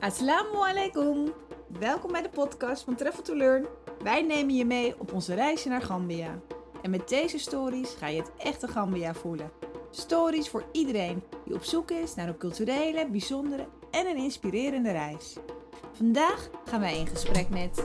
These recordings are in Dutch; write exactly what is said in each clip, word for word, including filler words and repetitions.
Assalamu alaikum. Welkom bij de podcast van Travel to Learn. Wij nemen je mee op onze reisje naar Gambia. En met deze stories ga je het echte Gambia voelen. Stories voor iedereen die op zoek is naar een culturele, bijzondere en een inspirerende reis. Vandaag gaan wij in gesprek met...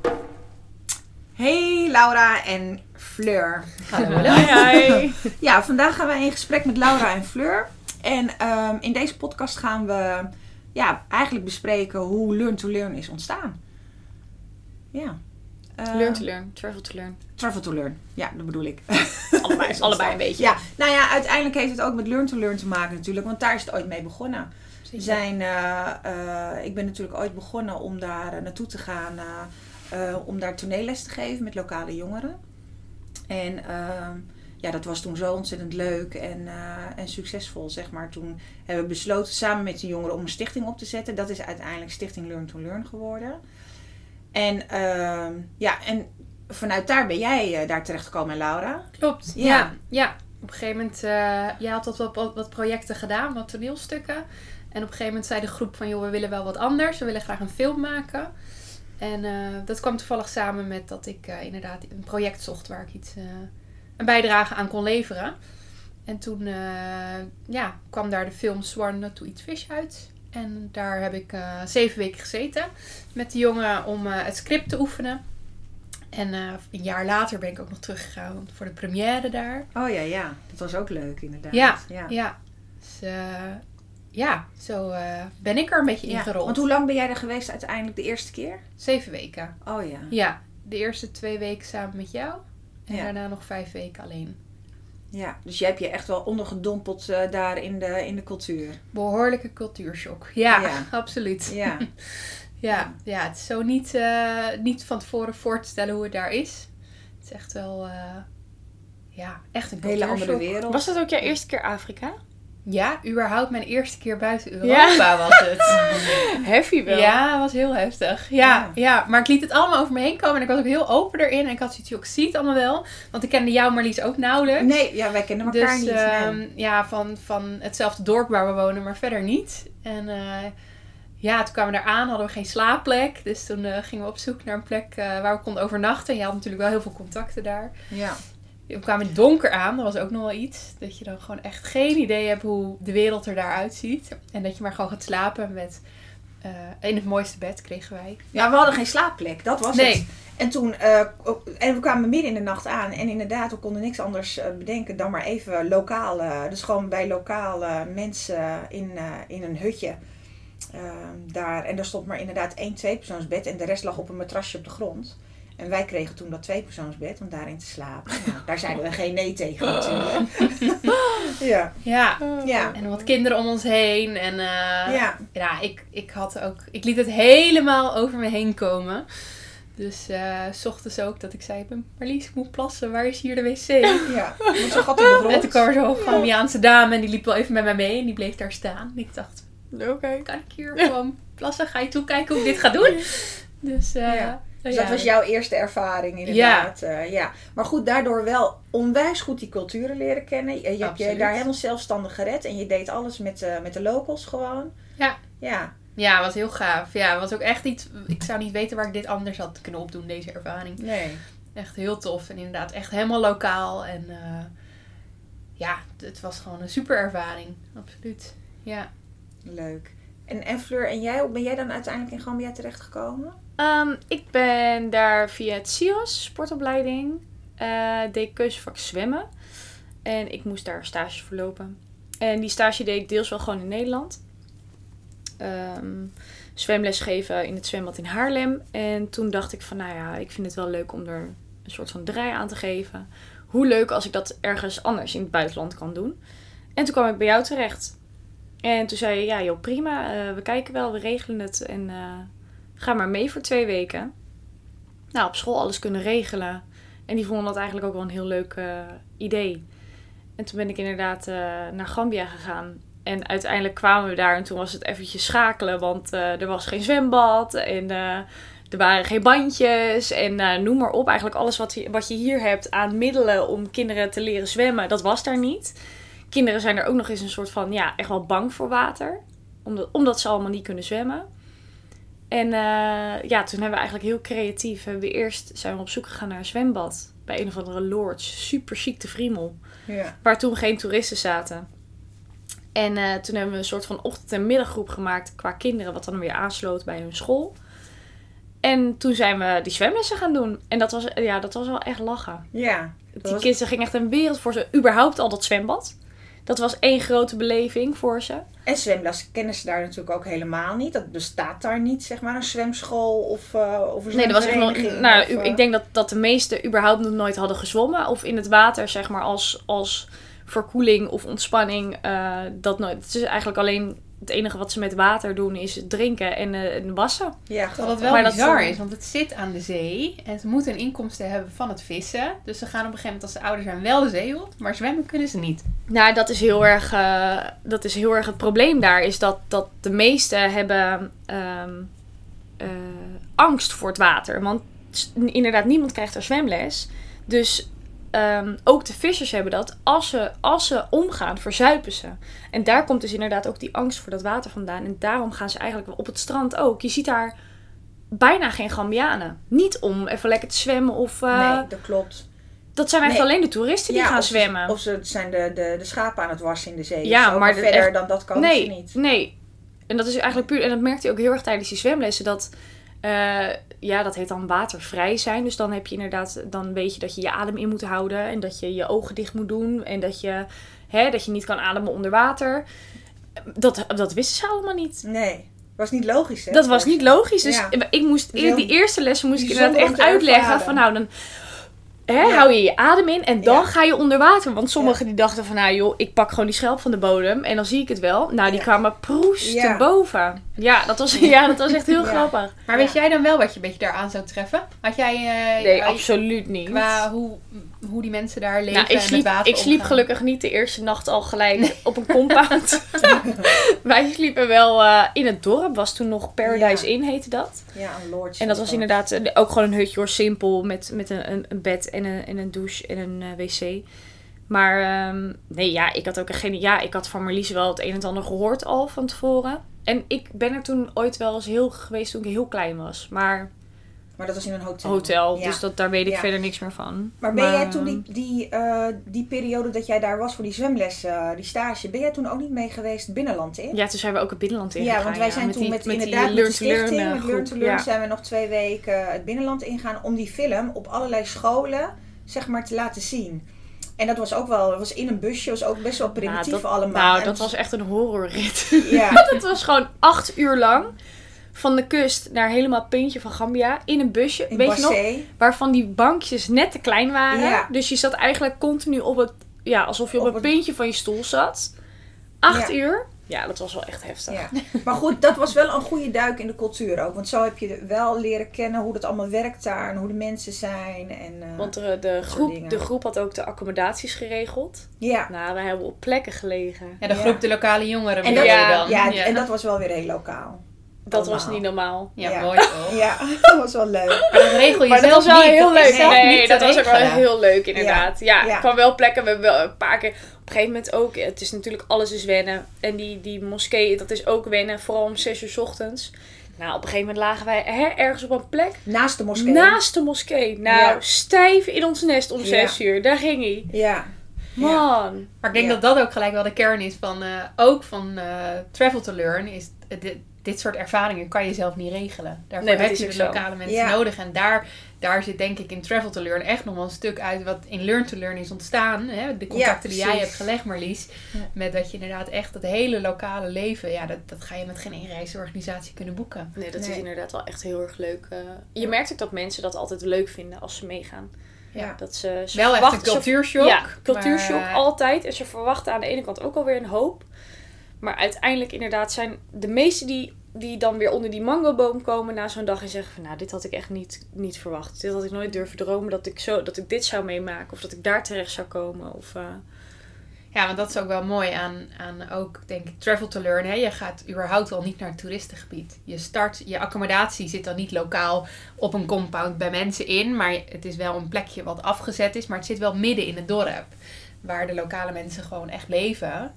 Hey Laura en Fleur. Hallo. Hi, hi. Ja, vandaag gaan wij in gesprek met Laura en Fleur. En um, in deze podcast gaan we ja, eigenlijk bespreken hoe Learn to Learn is ontstaan. Ja. Uh, learn to learn, travel to learn. Travel to Learn, ja, dat bedoel ik. Allebei, allebei een beetje. Ja, nou ja, uiteindelijk heeft het ook met Learn to Learn te maken natuurlijk, want daar is het ooit mee begonnen. We zijn, uh, uh, ik ben natuurlijk ooit begonnen om daar uh, naartoe te gaan, uh, uh, om daar toneelles te geven met lokale jongeren. En uh, ja, dat was toen zo ontzettend leuk en, uh, en succesvol, zeg maar. Toen hebben we besloten samen met de jongeren om een stichting op te zetten. Dat is uiteindelijk Stichting Learn to Learn geworden. En uh, ja, en vanuit daar ben jij uh, daar terechtgekomen, Laura. Klopt, ja. ja. ja. Op een gegeven moment, uh, jij had wat, wat, wat projecten gedaan, wat toneelstukken. En op een gegeven moment zei de groep van, joh, we willen wel wat anders. We willen graag een film maken. En uh, dat kwam toevallig samen met dat ik uh, inderdaad een project zocht waar ik iets, uh, een bijdrage aan kon leveren. En toen uh, ja, kwam daar de film Sworn to Eat Fish uit. En daar heb ik uh, zeven weken gezeten met de jongen om uh, het script te oefenen. En uh, een jaar later ben ik ook nog teruggegaan voor de première daar. Oh ja, ja. Dat was ook leuk inderdaad. Ja, ja. ja. Dus, uh, ja, zo uh, ben ik er een beetje ja, ingerold. Want hoe lang ben jij er geweest uiteindelijk de eerste keer? Zeven weken. Oh ja. Ja, de eerste twee weken samen met jou. En ja. daarna nog vijf weken alleen. Ja, dus jij hebt je echt wel ondergedompeld uh, daar in de, in de cultuur. Behoorlijke cultuurshock. Ja, ja. absoluut. Ja. ja, ja, het is zo niet, uh, niet van tevoren voor te stellen hoe het daar is. Het is echt wel, uh, ja, echt een hele andere wereld. Was dat ook jouw eerste keer Afrika? Ja, überhaupt mijn eerste keer buiten Europa ja. was het. Heavy wel. Ja, het was heel heftig. Ja, ja. ja, maar ik liet het allemaal over me heen komen en ik was ook heel open erin. En ik had zoiets, ik zie het allemaal wel. Want ik kende jou, Marlies, ook nauwelijks. Nee, ja, wij kennen elkaar dus, niet. Uh, nee. Ja, van, van hetzelfde dorp waar we wonen, maar verder niet. En uh, ja, toen kwamen we daar aan, hadden we geen slaapplek. Dus toen uh, gingen we op zoek naar een plek uh, waar we konden overnachten. En je had natuurlijk wel heel veel contacten daar. Ja. We kwamen in het donker aan, dat was ook nog wel iets. Dat je dan gewoon echt geen idee hebt hoe de wereld er daaruit ziet. En dat je maar gewoon gaat slapen met... Uh, in het mooiste bed kregen wij. Ja, we hadden geen slaapplek, dat was nee. het. En toen, uh, en we kwamen midden in de nacht aan. En inderdaad, we konden niks anders uh, bedenken dan maar even lokaal. Uh, dus gewoon bij lokale mensen in, uh, in een hutje. Uh, daar, en daar stond maar inderdaad één tweepersoonsbed. En de rest lag op een matrasje op de grond. En wij kregen toen dat tweepersoonsbed om daarin te slapen. Nou, daar zeiden we geen nee tegen natuurlijk. ja. Ja. ja. En wat kinderen om ons heen. En uh, ja, ja ik, ik had ook... Ik liet het helemaal over me heen komen. Dus uh, 's ochtends ook dat ik zei... Marlies, ik moet plassen. Waar is hier de wc? Ja, want zo gat in de grond. En toen kwam er zo'n Gambiaanse dame en die liep wel even met mij mee. En die bleef daar staan. En ik dacht... Oké. Okay. Kan ik hier gewoon plassen? Ga je toekijken hoe ik dit ga doen? Dus... Uh, ja. Dus dat ja. was jouw eerste ervaring inderdaad. Ja. Uh, ja. Maar goed, daardoor wel onwijs goed die culturen leren kennen. Je, je hebt je daar helemaal zelfstandig gered. En je deed alles met, uh, met de locals gewoon. Ja. Ja. Ja, was heel gaaf. Ja, was ook echt iets... Ik zou niet weten waar ik dit anders had kunnen opdoen, deze ervaring. Nee. Echt heel tof. En inderdaad echt helemaal lokaal. En uh, ja, het was gewoon een super ervaring. Absoluut. Ja. Leuk. En, en Fleur, en jij, hoe ben jij dan uiteindelijk in Gambia terechtgekomen? Um, ik ben daar via het C I O S, sportopleiding, uh, deed ik keuzevak zwemmen. En ik moest daar stage voor lopen. En die stage deed ik deels wel gewoon in Nederland. Um, zwemles geven in het zwembad in Haarlem. En toen dacht ik van, nou ja, ik vind het wel leuk om er een soort van draai aan te geven. Hoe leuk als ik dat ergens anders in het buitenland kan doen. En toen kwam ik bij jou terecht. En toen zei je, ja joh, prima, uh, we kijken wel, we regelen het en... Uh, Ga maar mee voor twee weken. Nou, op school alles kunnen regelen. En die vonden dat eigenlijk ook wel een heel leuk uh, idee. En toen ben ik inderdaad uh, naar Gambia gegaan. En uiteindelijk kwamen we daar en toen was het eventjes schakelen. Want uh, er was geen zwembad en uh, er waren geen bandjes. En uh, noem maar op, eigenlijk alles wat je, wat je hier hebt aan middelen om kinderen te leren zwemmen, dat was daar niet. Kinderen zijn er ook nog eens een soort van, ja, echt wel bang voor water. Omdat, omdat ze allemaal niet kunnen zwemmen. En uh, ja, toen hebben we eigenlijk heel creatief. Hebben we eerst zijn we op zoek gegaan naar een zwembad. Bij een of andere lords. Super chic te Friemel. Ja. Waar toen geen toeristen zaten. En uh, toen hebben we een soort van ochtend- en middaggroep gemaakt qua kinderen. Wat dan weer aansloot bij hun school. En toen zijn we die zwemlessen gaan doen. En dat was, ja, dat was wel echt lachen. Ja. Die was... kinderen gingen echt een wereld voor ze. Überhaupt al dat zwembad. Dat was één grote beleving voor ze. En zwemles kennen ze daar natuurlijk ook helemaal niet. Dat bestaat daar niet, zeg maar, een zwemschool of, uh, of een Nee, dat was echt nog, nou, of, uh... ik denk dat, dat de meesten überhaupt nog nooit hadden gezwommen. Of in het water, zeg maar, als, als verkoeling of ontspanning. Uh, dat nooit. Het is eigenlijk alleen het enige wat ze met water doen is drinken en, uh, en wassen. Ja, wat het wel maar bizar dat, is, want het zit aan de zee. En ze moeten een inkomsten hebben van het vissen. Dus ze gaan op een gegeven moment als ze ouder zijn wel de zee op. Maar zwemmen kunnen ze niet. Nou, dat is heel erg, uh, dat is heel erg het probleem daar. Is dat, dat de meesten hebben um, uh, angst voor het water. Want inderdaad, niemand krijgt er zwemles. Dus um, ook de vissers hebben dat. Als ze, als ze omgaan, verzuipen ze. En daar komt dus inderdaad ook die angst voor dat water vandaan. En daarom gaan ze eigenlijk op het strand ook. Je ziet daar bijna geen Gambianen. Niet om even lekker te zwemmen of... Uh, nee, dat klopt. Dat zijn echt nee. alleen de toeristen die ja, gaan of zwemmen. Ze, of ze zijn de, de, de schapen aan het wassen in de zee. Ja, zo, maar, maar verder echt, dan dat kan nee, ze niet. Nee, en dat is eigenlijk puur... En dat merkte je ook heel erg tijdens die zwemlessen. Dat, uh, ja, dat heet dan watervrij zijn. Dus dan heb je inderdaad... Dan weet je dat je je adem in moet houden. En dat je je ogen dicht moet doen. En dat je, hè, dat je niet kan ademen onder water. Dat, dat wisten ze allemaal niet. Nee. Was niet logisch, hè? Dat was niet logisch. Dus ja. ik moest, heel, die eerste lessen moest ik inderdaad echt uitleggen. Van nou, dan... Hè, ja. Hou je je adem in en dan ja. ga je onder water. Want sommigen ja. die dachten van, nou joh, ik pak gewoon die schelp van de bodem en dan zie ik het wel. Nou, die ja. kwamen proesten ja. boven. Ja dat, was, ja, dat was echt heel ja. grappig. Maar weet ja. jij dan wel wat je een beetje daar aan zou treffen? Had jij... Uh, nee, absoluut niet. Qua hoe, hoe die mensen daar leven nou, ik en sliep, met water Ik sliep omgaan. gelukkig niet de eerste nacht al gelijk op een compound. Wij sliepen wel uh, in het dorp. Was toen nog Paradise ja. Inn, heette dat. Ja, een lodge. En dat was inderdaad uh, ook gewoon een hutje hoor, simpel. Met, met een, een, een bed en een, en een douche en een uh, wc. Maar um, nee, ja, ik had ook geen... Ja, ik had van Marlies wel het een en ander gehoord al van tevoren. En ik ben er toen ooit wel eens heel geweest toen ik heel klein was. Maar... Maar dat was in een hotel. Hotel, ja. dus dat, daar weet ik ja. verder niks meer van. Maar ben maar, jij toen die, die, uh, die periode dat jij daar was voor die zwemles, uh, die stage, ben jij toen ook niet mee geweest binnenland in? Ja, toen zijn we ook het binnenland in Ja, gegaan, want wij ja. zijn met toen die, met, met inderdaad die met Learn de stichting, to Learn, met Learn to groep, Learn, ja. zijn we nog twee weken het binnenland ingaan om die film op allerlei scholen, zeg maar, te laten zien. En dat was ook wel, dat was in een busje, was ook best wel primitief nou, dat, allemaal. Nou, en dat was echt een horrorrit. Ja. Dat was gewoon acht uur lang. Van de kust naar helemaal puntje van Gambia. In een busje. In weet Bassé. je nog? Waarvan die bankjes net te klein waren. Ja. Dus je zat eigenlijk continu op het... Ja, alsof je op, op het puntje van je stoel zat. Acht ja. uur. Ja, dat was wel echt heftig. Ja. Maar goed, dat was wel een goede duik in de cultuur ook. Want zo heb je wel leren kennen hoe dat allemaal werkt daar. En hoe de mensen zijn. En, uh, Want de, de, groep, de groep had ook de accommodaties geregeld. Ja. Nou, wij hebben op plekken gelegen. Ja, de groep ja. de lokale jongeren. En dat, ja, dan. Ja, ja, en dat was wel weer heel lokaal. Dat allemaal. was niet normaal. Ja, ja. mooi toch? Ja, dat was wel leuk. Maar dat regel je maar dat zelf was wel niet. heel dat leuk. Nee, nee dat was ook wel heel leuk inderdaad. Ja, ja, ja. ik kwam wel plekken. We hebben wel een paar keer... Op een gegeven moment ook... Het is natuurlijk alles is wennen. En die, die moskee, dat is ook wennen. Vooral om zes uur 's ochtends. Nou, op een gegeven moment lagen wij hè, ergens op een plek. Naast de moskee. Naast de moskee. Nou, ja. Stijf in ons nest om zes ja. uur. Daar ging hij. Ja. Man. Ja. Maar ik denk ja. dat dat ook gelijk wel de kern is van... Uh, ook van uh, Travel to Learn is... Uh, dit, dit soort ervaringen kan je zelf niet regelen. Daarvoor nee, heb je de zo. lokale mensen ja. nodig. En daar, daar zit denk ik in Travel to Learn echt nog wel een stuk uit wat in Learn to Learn is ontstaan. Hè? De contacten ja, die jij hebt gelegd, Marlies. Ja. Met dat je inderdaad echt het hele lokale leven... Ja, dat, dat ga je met geen één reisorganisatie kunnen boeken. Nee, dat nee. is inderdaad wel echt heel erg leuk. Uh, je ja. merkt ook dat mensen dat altijd leuk vinden als ze meegaan. Ja. Dat ze, ze wel echt een cultuurshock. Ja, cultuurshock maar... altijd. En ze verwachten aan de ene kant ook alweer een hoop. Maar uiteindelijk inderdaad zijn de meesten die, die dan weer onder die mangoboom komen na zo'n dag en zeggen van nou, dit had ik echt niet, niet verwacht. Dit had ik nooit durven dromen dat ik, zo, dat ik dit zou meemaken. Of dat ik daar terecht zou komen. Of, uh... Ja, want dat is ook wel mooi aan, aan ook, denk ik, Travel to Learn. Hè? Je gaat überhaupt al niet naar het toeristengebied. Je start, je accommodatie zit dan niet lokaal op een compound bij mensen in. Maar het is wel een plekje wat afgezet is. Maar het zit wel midden in het dorp. Waar de lokale mensen gewoon echt leven.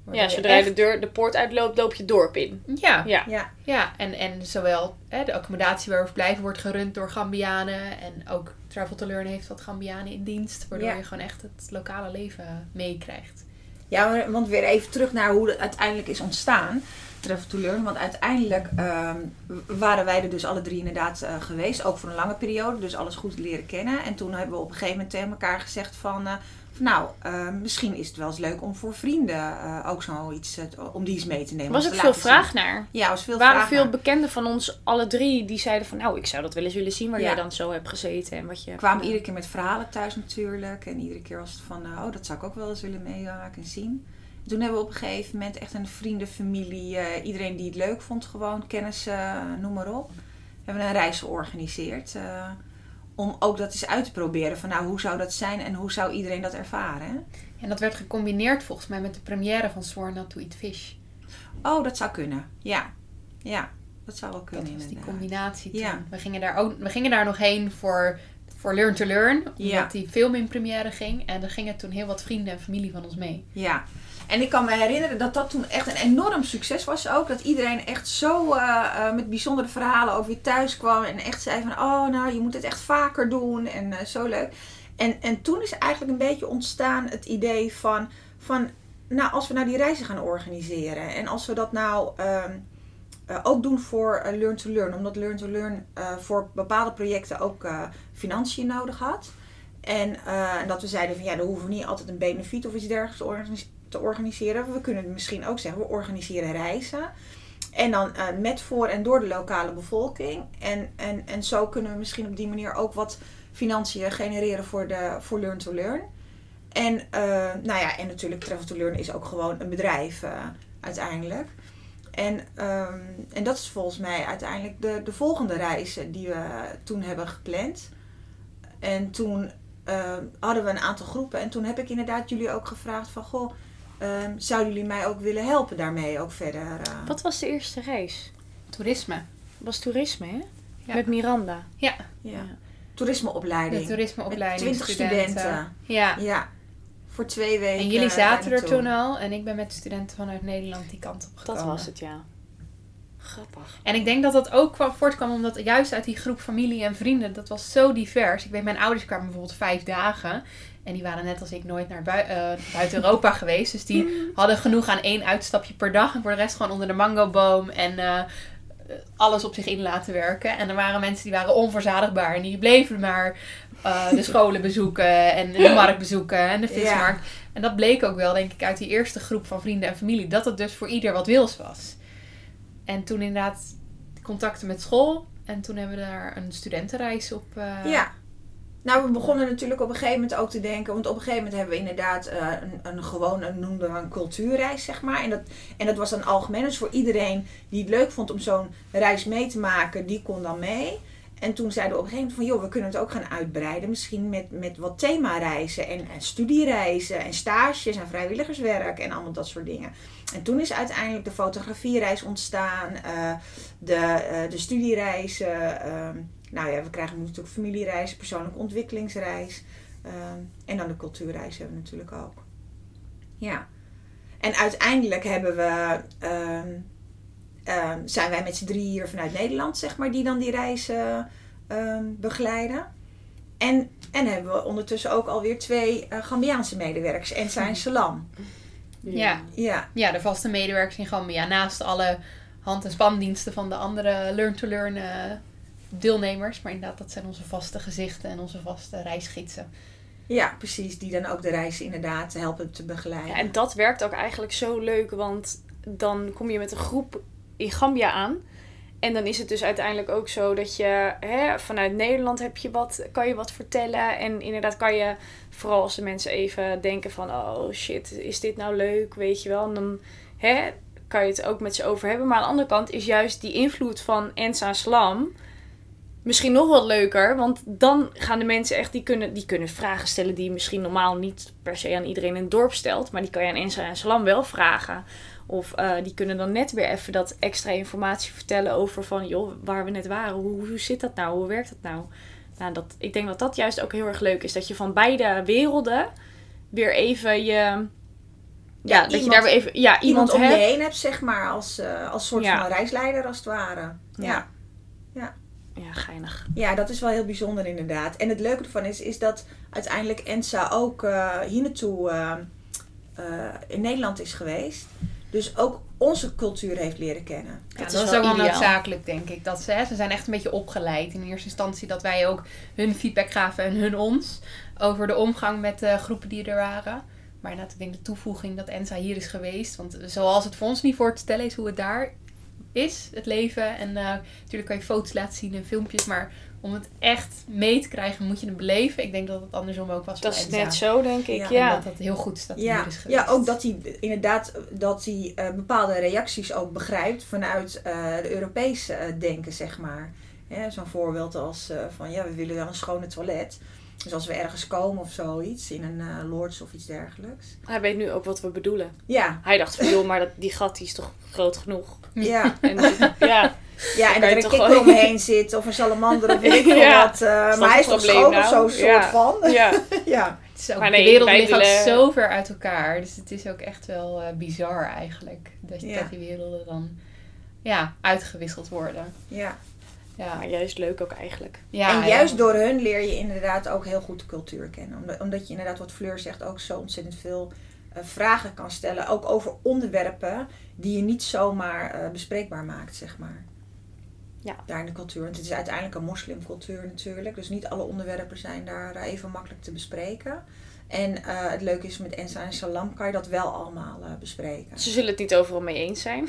Ja, zodra je echt... de, deur, de poort uitloopt, loop je het dorp in. Ja, ja. ja. ja. En, en zowel hè, de accommodatie waar we verblijven wordt gerund door Gambianen. En ook Travel to Learn heeft wat Gambianen in dienst. Waardoor ja. je gewoon echt het lokale leven meekrijgt. Ja, want weer even terug naar hoe het uiteindelijk is ontstaan. Travel to Learn. Want uiteindelijk um, waren wij er dus alle drie inderdaad uh, geweest. Ook voor een lange periode. Dus alles goed leren kennen. En toen hebben we op een gegeven moment tegen elkaar gezegd van... Uh, van nou, uh, misschien is het wel eens leuk om voor vrienden uh, ook zoiets... Uh, om die eens mee te nemen. Was er veel vraag zien. Naar? Ja, was veel waren vraag veel naar. bekenden van ons alle drie die zeiden van... Nou, ik zou dat wel eens willen zien waar ja. jij dan zo hebt gezeten. En wat je kwamen hebt, iedere keer met verhalen thuis natuurlijk. En iedere keer was het van... Uh, oh, dat zou ik ook wel eens willen meemaken en zien. Toen hebben we op een gegeven moment echt een vrienden, familie, uh, iedereen die het leuk vond, gewoon kennis, uh, noem maar op. Hebben we een reis georganiseerd. Uh, om ook dat eens uit te proberen van nou, hoe zou dat zijn en hoe zou iedereen dat ervaren. Hè? En dat werd gecombineerd volgens mij met de première van Sworn Not to Eat Fish. Oh, dat zou kunnen. Ja, ja dat zou wel kunnen. Dat was die inderdaad. combinatie toen. Ja. We gingen daar ook, we gingen daar nog heen voor... Voor Learn to Learn, omdat ja. die film in première ging. En er gingen toen heel wat vrienden en familie van ons mee. Ja, en ik kan me herinneren dat dat toen echt een enorm succes was ook. Dat iedereen echt zo uh, uh, met bijzondere verhalen over weer thuis kwam. En echt zei van, oh nou, je moet het echt vaker doen. En uh, zo leuk. En, en toen is eigenlijk een beetje ontstaan het idee van, van... Nou, als we nou die reizen gaan organiseren. En als we dat nou... Uh, Uh, ook doen voor uh, Learn to Learn. Omdat Learn to Learn uh, voor bepaalde projecten ook uh, financiën nodig had. En, uh, en dat we zeiden van ja, dan hoeven we niet altijd een benefiet of iets dergelijks te, organis- te organiseren. We kunnen misschien ook zeggen, we organiseren reizen. En dan uh, met voor en door de lokale bevolking. En, en, en zo kunnen we misschien op die manier ook wat financiën genereren voor, de, voor Learn to Learn. En, uh, nou ja, en natuurlijk Travel to Learn is ook gewoon een bedrijf uh, uiteindelijk. En, um, en dat is volgens mij uiteindelijk de, de volgende reis die we toen hebben gepland. En toen uh, hadden we een aantal groepen. En toen heb ik inderdaad jullie ook gevraagd van... Goh, um, zouden jullie mij ook willen helpen daarmee ook verder? Uh... Wat was de eerste reis? Toerisme. Dat was toerisme, hè? Ja. Met Miranda. Ja. ja. ja. Toerismeopleiding. De toerismeopleiding. Met twintig studenten. studenten. Ja. ja. Voor twee weken. En jullie zaten er toen al. En ik ben met studenten vanuit Nederland die kant op gekomen. Dat was het, ja. Grappig. En ik denk dat dat ook kwam, voortkwam omdat juist uit die groep familie en vrienden, dat was zo divers. Ik weet, mijn ouders kwamen bijvoorbeeld vijf dagen. En die waren net als ik nooit naar bui- uh, buiten Europa geweest. Dus die hadden genoeg aan één uitstapje per dag. En voor de rest gewoon onder de mangoboom. En uh, alles op zich in laten werken. En er waren mensen die waren onverzadigbaar. En die bleven maar uh, de scholen bezoeken. En de markt bezoeken. En de vismarkt. Ja. En dat bleek ook wel, denk ik, uit die eerste groep van vrienden en familie. Dat het dus voor ieder wat wils was. En toen inderdaad contacten met school. En toen hebben we daar een studentenreis op. Uh... Ja. Nou, we begonnen natuurlijk op een gegeven moment ook te denken. Want op een gegeven moment hebben we inderdaad uh, een, een gewoon, een, noemden we een cultuurreis, zeg maar. En dat, en dat was dan algemeen. Dus voor iedereen die het leuk vond om zo'n reis mee te maken, die kon dan mee. En toen zeiden we op een gegeven moment van, joh, we kunnen het ook gaan uitbreiden. Misschien met, met wat themareizen en, en studiereizen en stages en vrijwilligerswerk en allemaal dat soort dingen. En toen is uiteindelijk de fotografiereis ontstaan, uh, de, uh, de studiereizen. Uh, nou ja, we krijgen nu natuurlijk familiereizen, persoonlijke ontwikkelingsreis. Uh, en dan de cultuurreis hebben we natuurlijk ook. Ja. En uiteindelijk hebben we... Uh, Uh, zijn wij met z'n drie hier vanuit Nederland, zeg maar, die dan die reis uh, uh, begeleiden. En, en hebben we ondertussen ook alweer twee uh, Gambiaanse medewerkers. En zijn Salam. Ja. Ja. ja, de vaste medewerkers in Gambia. Naast alle hand- en spandiensten van de andere Learn-to-Learn uh, deelnemers. Maar inderdaad, dat zijn onze vaste gezichten en onze vaste reisgidsen. Ja, precies. Die dan ook de reis inderdaad helpen te begeleiden. Ja, en dat werkt ook eigenlijk zo leuk, want dan kom je met een groep in Gambia aan. En dan is het dus uiteindelijk ook zo dat je hè, vanuit Nederland heb je wat, kan je wat vertellen. En inderdaad kan je, vooral als de mensen even denken van, oh shit, is dit nou leuk, weet je wel. En dan hè, kan je het ook met ze over hebben. Maar aan de andere kant is juist die invloed van Ensa Salam misschien nog wat leuker. Want dan gaan de mensen echt, die kunnen, die kunnen vragen stellen die je misschien normaal niet per se aan iedereen in het dorp stelt. Maar die kan je aan Ensa en Salam wel vragen. Of uh, die kunnen dan net weer even dat extra informatie vertellen over van, joh, waar we net waren. Hoe, hoe zit dat nou? Hoe werkt dat nou? Nou, dat, ik denk dat dat juist ook heel erg leuk is. Dat je van beide werelden weer even je, ja, Ja, dat je iemand- daar weer even ja, iemand iemand om je hebt. heen hebt, zeg maar, als, uh, als soort Ja. van reisleider als het ware. Ja. Ja. Ja. Ja, geinig. Ja, dat is wel heel bijzonder inderdaad. En het leuke ervan is, is dat uiteindelijk Ensa ook uh, hier naartoe uh, uh, in Nederland is geweest. Dus ook onze cultuur heeft leren kennen. Ja, Dat dat, is is ook wel wel ideaal. noodzakelijk, denk ik. Dat ze, hè, ze zijn echt een beetje opgeleid. In eerste instantie dat wij ook hun feedback gaven en hun ons. Over de omgang met de groepen die er waren. Maar inderdaad, ik denk de toevoeging dat Ensa hier is geweest. Want zoals het voor ons niet voor te stellen is hoe het daar is, het leven. En uh, natuurlijk kan je foto's laten zien en filmpjes. Maar om het echt mee te krijgen, moet je het beleven. Ik denk dat het andersom ook was Dat voor is Ensa. net zo, denk ik. Ja, Ja. En dat het heel goed is dat hij Ja, hier is geweest. ja, ook dat hij inderdaad dat hij uh, bepaalde reacties ook begrijpt vanuit uh, de Europese uh, denken, zeg maar. Ja, zo'n voorbeeld als uh, van ja, we willen wel een schone toilet. Dus als we ergens komen of zoiets, in een uh, lords of iets dergelijks. Hij weet nu ook wat we bedoelen. Ja, Hij dacht van, joh, maar dat, die gat die is toch groot genoeg. ja. En dat, ja, Ja, en kan dat je er een toch kikker wel- omheen zit of een salamander of weet ik veel Ja. wat. Uh, dat maar hij is het toch probleem schoon of nou? zo, soort Ja. van. ja. Ja. Het is ook, Maar nee, de wereld wij ligt ook willen- zo ver uit elkaar. Dus het is ook echt wel uh, bizar eigenlijk. Dat, Ja. dat die werelden dan ja, uitgewisseld worden. Ja. Ja, Maar juist leuk ook eigenlijk. ja, en juist ja. door hun leer je inderdaad ook heel goed de cultuur kennen. Omdat, omdat je inderdaad, wat Fleur zegt, ook zo ontzettend veel uh, vragen kan stellen. Ook over onderwerpen die je niet zomaar uh, bespreekbaar maakt, zeg maar. Ja. Daar in de cultuur. Want het is uiteindelijk een moslimcultuur natuurlijk. Dus niet alle onderwerpen zijn daar uh, even makkelijk te bespreken. En uh, het leuke is, met Ensa en Salam kan je dat wel allemaal uh, bespreken. Ze zullen het niet overal mee eens zijn.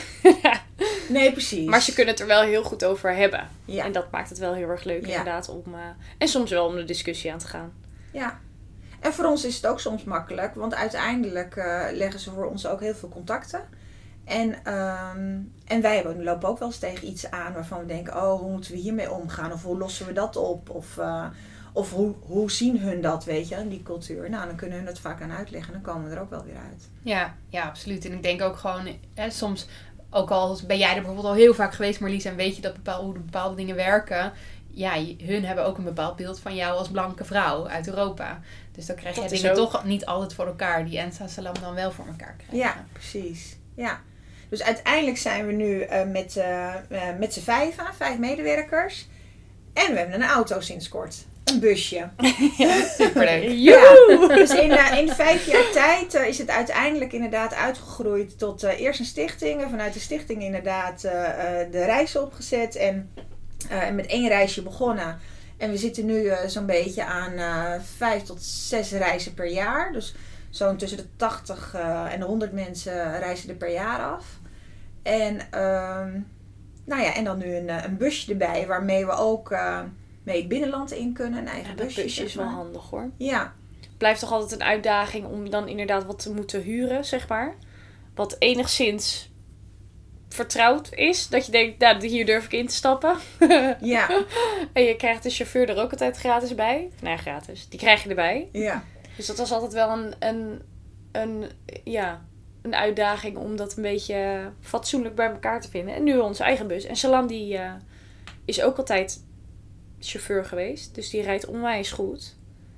Nee, precies. Maar ze kunnen het er wel heel goed over hebben. Ja. En dat maakt het wel heel erg leuk Ja. inderdaad. Om, uh, en soms wel om de discussie aan te gaan. Ja. En voor ons is het ook soms makkelijk. Want uiteindelijk uh, leggen ze voor ons ook heel veel contacten. En, um, en wij hebben, lopen ook wel eens tegen iets aan waarvan we denken... oh, hoe moeten we hiermee omgaan? Of hoe lossen we dat op? Of, uh, of hoe, hoe zien hun dat, weet je, die cultuur? Nou, dan kunnen hun dat vaak aan uitleggen. En dan komen we er ook wel weer uit. Ja, ja, absoluut. En ik denk ook gewoon, hè, soms, ook al ben jij er bijvoorbeeld al heel vaak geweest, Marlies, en weet je dat bepaal, hoe de bepaalde dingen werken. Ja, hun hebben ook een bepaald beeld van jou als blanke vrouw uit Europa. Dus dan krijg je Dat is dingen ook- toch niet altijd voor elkaar, die Ensa Salam dan wel voor elkaar krijgen. Ja, precies. Ja. Dus uiteindelijk zijn we nu uh, met, uh, uh, met z'n vijven, vijf medewerkers. En we hebben een auto sinds kort. Een busje. Superleuk. Joe! Ja, dus in, uh, in vijf jaar tijd uh, is het uiteindelijk inderdaad uitgegroeid tot uh, eerst een stichting. En vanuit de stichting inderdaad uh, uh, de reizen opgezet. En uh, met één reisje begonnen. En we zitten nu uh, zo'n beetje aan uh, vijf tot zes reizen per jaar. Dus zo'n tussen de tachtig uh, en de honderd mensen reizen er per jaar af. En, um, nou ja, en dan nu een, uh, een busje erbij waarmee we ook uh, mee het binnenland in kunnen. Een eigen Ja, dat busje, busje zeg is wel maar. handig hoor. Ja. Blijft toch altijd een uitdaging om dan inderdaad wat te moeten huren, zeg maar. Wat enigszins vertrouwd is. Dat je denkt, nou, hier durf ik in te stappen. Ja, En je krijgt de chauffeur er ook altijd gratis bij. Nee, gratis. Die krijg je erbij. ja, Dus dat was altijd wel een, een, een, ja, een uitdaging om dat een beetje fatsoenlijk bij elkaar te vinden. En nu onze eigen bus. En Salam die uh, is ook altijd chauffeur geweest. Dus die rijdt onwijs goed.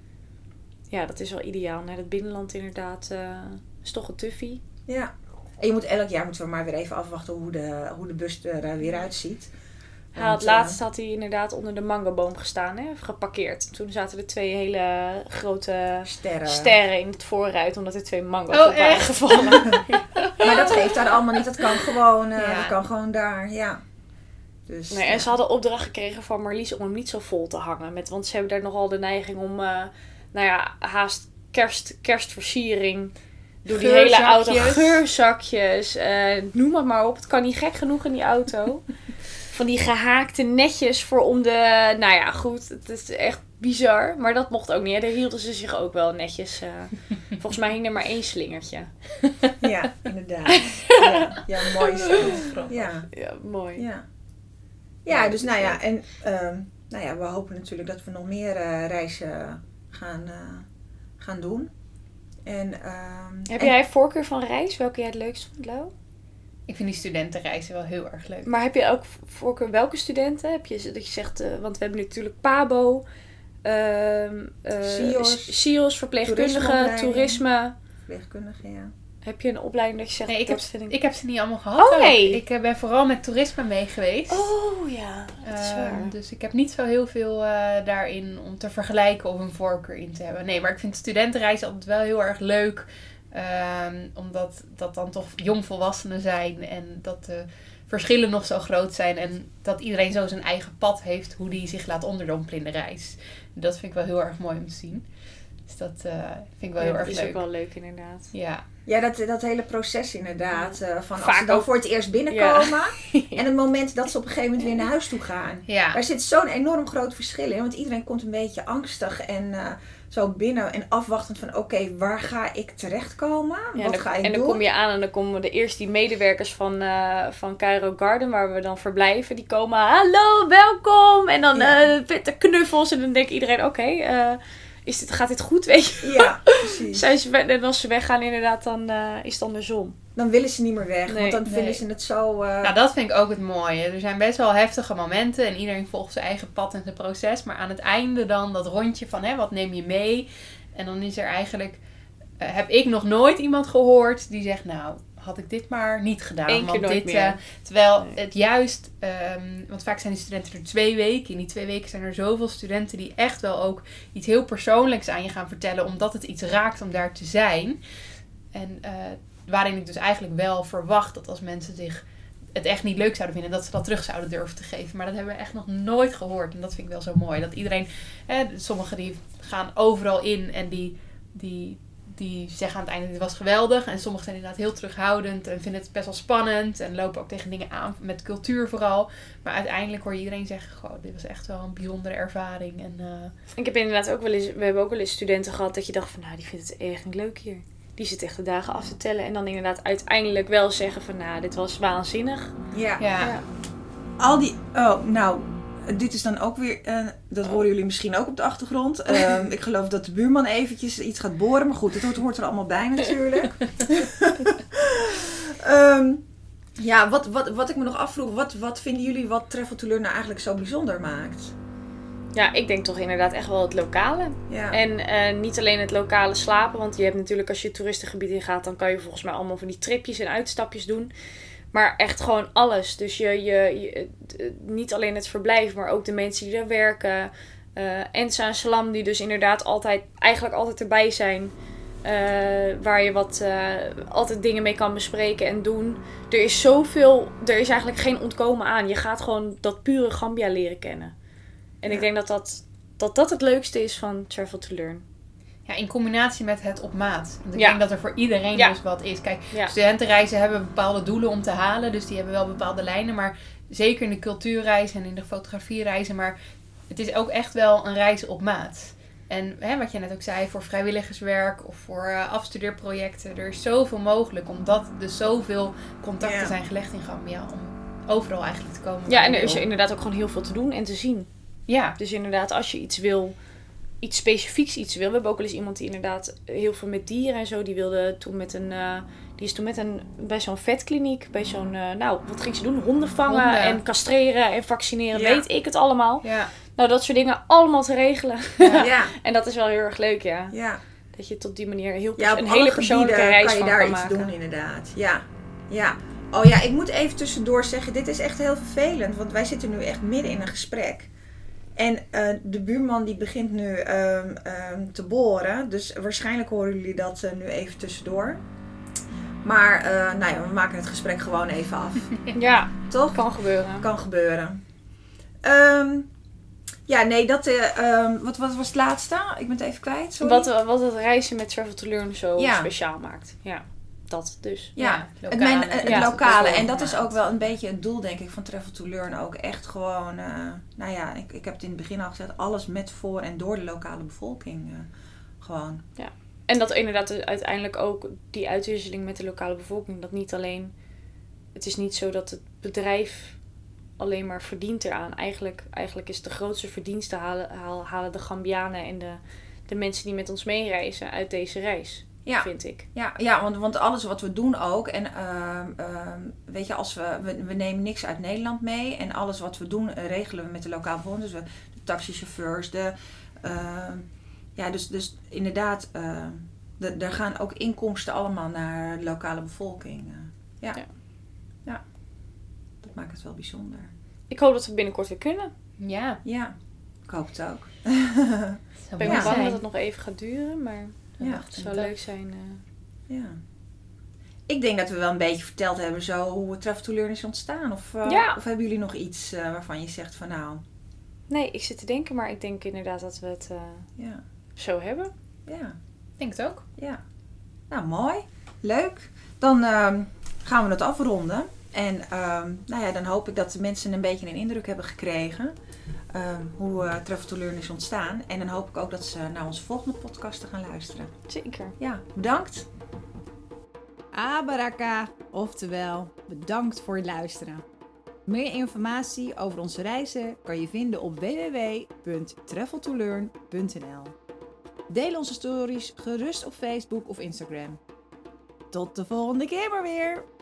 Ja, dat is wel ideaal. Naar het binnenland inderdaad uh, is toch een tuffie. ja. En je moet elk jaar moeten we maar weer even afwachten hoe de, hoe de bus er uh, weer uitziet. Hij had, Want, laatst uh, had hij inderdaad onder de mangoboom gestaan, hè, geparkeerd. Toen zaten er twee hele grote sterren. sterren in het voorruit, omdat er twee mango's Oh, op waren echt? gevallen. Maar dat geeft daar allemaal niet. Dat kan gewoon, uh, Ja. dat kan gewoon daar. Ja. Dus, Nee, ja. en ze hadden opdracht gekregen van Marlies om hem niet zo vol te hangen. Met, want ze hebben daar nogal de neiging om, uh, nou ja, haast kerst, kerstversiering. Door die hele auto, Geurzakjes. geurzakjes, uh, noem het maar op. Het kan niet gek genoeg in die auto. Van die gehaakte netjes voor om de, nou ja, goed, het is echt bizar. Maar dat mocht ook niet, hè. Daar hielden ze zich ook wel netjes. Uh, volgens mij hing er maar één slingertje. Ja, inderdaad. Ja, ja mooi is dat. Ja, Ja, mooi. ja. Ja, dus nou ja, en um, nou ja, we hopen natuurlijk dat we nog meer uh, reizen gaan, uh, gaan doen. En, um, Heb en- jij voorkeur van reis? Welke jij het leukst vond, Lau? Ik vind die studentenreizen wel heel erg leuk. Maar heb je ook voorkeur welke studenten? Heb je dat je zegt, uh, want we hebben nu natuurlijk Pabo, uh, uh, S I O S, S I O S, verpleegkundige, toerismeopleiding. toerisme. verpleegkundige, ja. Heb je een opleiding dat je zegt... Nee, ik, dat heb, vind ik... ik heb ze niet allemaal gehad. Oh, nee. Ook. Ik uh, ben vooral met toerisme mee geweest. Oh ja, dat is Uh, waar. dus ik heb niet zo heel veel uh, daarin om te vergelijken of een voorkeur in te hebben. Nee, maar ik vind studentenreizen altijd wel heel erg leuk. Um, omdat dat dan toch jongvolwassenen zijn. En dat de verschillen nog zo groot zijn. En dat iedereen zo zijn eigen pad heeft hoe die zich laat onderdompelen in de reis. Dat vind ik wel heel erg mooi om te zien. Dus dat uh, vind ik wel Ja, heel erg dat leuk. is ook wel leuk inderdaad. Ja. Ja, dat, dat hele proces inderdaad. Uh, van als Vaak ze dan ook. voor het eerst binnenkomen. Ja. En het moment dat ze op een gegeven moment weer naar huis toe gaan. Ja. Daar zit zo'n enorm groot verschil in. Want iedereen komt een beetje angstig en uh, zo binnen. En afwachtend van oké, okay, waar ga ik terechtkomen? Ja, Wat dan, ga ik en doen? dan kom je aan en dan komen de eerst die medewerkers van, uh, van Cairo Garden, waar we dan verblijven. Die komen, hallo, welkom. En dan Ja. uh, de knuffels. En dan denkt iedereen, oké, okay, uh, Is dit, gaat dit goed, weet je? Ja, precies. Zijn ze, en als ze weggaan inderdaad, dan uh, is het andersom. Dan willen ze niet meer weg, Nee, want dan nee. vinden ze het zo... Uh... Nou, dat vind ik ook het mooie. Er zijn best wel heftige momenten en iedereen volgt zijn eigen pad en zijn proces. Maar aan het einde dan dat rondje van, hè, wat neem je mee? En dan is er eigenlijk, uh, heb ik nog nooit iemand gehoord die zegt, nou, had ik dit maar niet gedaan. Eén keer want nooit dit, meer. uh, terwijl Nee. het juist, um, want vaak zijn die studenten er twee weken. In die twee weken zijn er zoveel studenten die echt wel ook iets heel persoonlijks aan je gaan vertellen. Omdat het iets raakt om daar te zijn. En uh, waarin ik dus eigenlijk wel verwacht dat als mensen zich het echt niet leuk zouden vinden, dat ze dat terug zouden durven te geven. Maar dat hebben we echt nog nooit gehoord. En dat vind ik wel zo mooi. Dat iedereen, hè, sommigen die gaan overal in en die, die, die zeggen aan het einde, dit was geweldig. En sommigen zijn inderdaad heel terughoudend en vinden het best wel spannend. En lopen ook tegen dingen aan, met cultuur vooral. Maar uiteindelijk hoor je iedereen zeggen, goh, dit was echt wel een bijzondere ervaring. En, uh, Ik heb inderdaad ook wel eens, we hebben ook wel eens studenten gehad dat je dacht van, nou, die vindt het echt niet leuk hier. Die zit echt de dagen af te tellen. En dan inderdaad uiteindelijk wel zeggen van, nou, dit was waanzinnig. Ja. ja. Ja. Al die... Oh, nou... Dit is dan ook weer... Uh, dat horen jullie misschien ook op de achtergrond. Uh, ik geloof dat de buurman eventjes iets gaat boren. Maar goed, het hoort, hoort er allemaal bij natuurlijk. um, ja, wat, wat, wat ik me nog afvroeg. Wat, wat vinden jullie wat Travel to Learn nou eigenlijk zo bijzonder maakt? Ja, ik denk toch inderdaad echt wel het lokale. Ja. En uh, niet alleen het lokale slapen. Want je hebt natuurlijk, als je het toeristengebied in gaat, dan kan je volgens mij allemaal van die tripjes en uitstapjes doen. Maar echt gewoon alles. Dus je, je, je, niet alleen het verblijf, maar ook de mensen die daar werken. Uh, Ensa en Salam die dus inderdaad altijd, eigenlijk altijd erbij zijn. Uh, waar je wat, uh, altijd dingen mee kan bespreken en doen. Er is zoveel, er is eigenlijk geen ontkomen aan. Je gaat gewoon dat pure Gambia leren kennen. En Ja. ik denk dat dat, dat dat het leukste is van Travel to Learn. Ja, in combinatie met het op maat. Want ik Ja. denk dat er voor iedereen Ja. dus wat is. Kijk, Ja. studentenreizen hebben bepaalde doelen om te halen. Dus die hebben wel bepaalde lijnen. Maar zeker in de cultuurreizen en in de fotografiereizen. Maar het is ook echt wel een reis op maat. En hè, wat je net ook zei, voor vrijwilligerswerk of voor uh, afstudeerprojecten. Er is zoveel mogelijk. Omdat er zoveel contacten Ja. zijn gelegd in Gambia. Om overal eigenlijk te komen. Ja, waar en je er is wil. inderdaad ook gewoon heel veel te doen en te zien. Ja, Dus inderdaad, als je iets wil, iets specifieks iets wil. We hebben ook wel eens iemand die inderdaad heel veel met dieren en zo. Die wilde toen met een, uh, die is toen met een, bij zo'n vetkliniek, bij zo'n, uh, nou, wat ging ze doen? Honden vangen Honden. en castreren en vaccineren, Ja. weet ik het allemaal. ja. Nou, dat soort dingen allemaal te regelen. Ja. Ja. En dat is wel heel erg leuk, ja. Ja. Dat je het op die manier heel Ja, op een alle hele persoonlijke gebieden reis kan je van daar kan iets maken. doen inderdaad. Ja. Ja. Oh ja, ik moet even tussendoor zeggen, dit is echt heel vervelend. Want wij zitten nu echt midden in een gesprek. En uh, de buurman die begint nu um, um, te boren. Dus waarschijnlijk horen jullie dat uh, nu even tussendoor. Maar uh, nou ja, we maken het gesprek gewoon even af. Ja, Toch? kan gebeuren. Kan gebeuren. Um, ja, nee, dat... Uh, um, wat, wat was het laatste? Ik ben het even kwijt, sorry. Wat, wat het reizen met Travel to Learn zo Ja. speciaal maakt. Ja, dat dus. Ja, Ja, het, lokale. mijn, het Ja, lokale. het En dat is formaat. ook wel een beetje het doel, denk ik, van Travel to Learn. Ook echt gewoon, uh, nou ja, ik, ik heb het in het begin al gezegd, alles met, voor en door de lokale bevolking. Uh, gewoon. En dat inderdaad uiteindelijk ook die uitwisseling met de lokale bevolking. Dat niet alleen... Het is niet zo dat het bedrijf alleen maar verdient eraan. Eigenlijk, eigenlijk is de grootste verdienste halen, halen, halen de Gambianen en de, de mensen die met ons meereizen uit deze reis. Ja. Vind ik. Ja, ja want, want alles wat we doen ook. En uh, uh, weet je, als we, we, we nemen niks uit Nederland mee. En alles wat we doen, uh, regelen we met de lokale bevolking. Dus we, de taxichauffeurs, de... Uh, ja, dus, dus inderdaad... Uh, de, daar gaan ook inkomsten allemaal naar de lokale bevolking. Uh, ja. Ja. ja, dat maakt het wel bijzonder. Ik hoop dat we binnenkort weer kunnen. Ja. Ja, ik hoop het ook. Ik ben Ja. bang dat het nog even gaat duren, maar Ja. het zou leuk zijn. Uh... Ja. Ik denk dat we wel een beetje verteld hebben zo hoe Travel to Learn is ontstaan. Of, uh, Ja. of hebben jullie nog iets uh, waarvan je zegt van nou... Nee, ik zit te denken, maar ik denk inderdaad dat we het uh, ja. zo hebben. Ja. Ik denk het ook. Ja. Nou, mooi. Leuk. Dan uh, gaan we het afronden. En uh, nou ja, dan hoop ik dat de mensen een beetje een indruk hebben gekregen. Uh, hoe uh, Travel to Learn is ontstaan. En dan hoop ik ook dat ze naar onze volgende podcasten gaan luisteren. Zeker. Ja, bedankt. Abaraka, oftewel bedankt voor het luisteren. Meer informatie over onze reizen kan je vinden op w w w punt travel to learn punt n l. Deel onze stories gerust op Facebook of Instagram. Tot de volgende keer maar weer!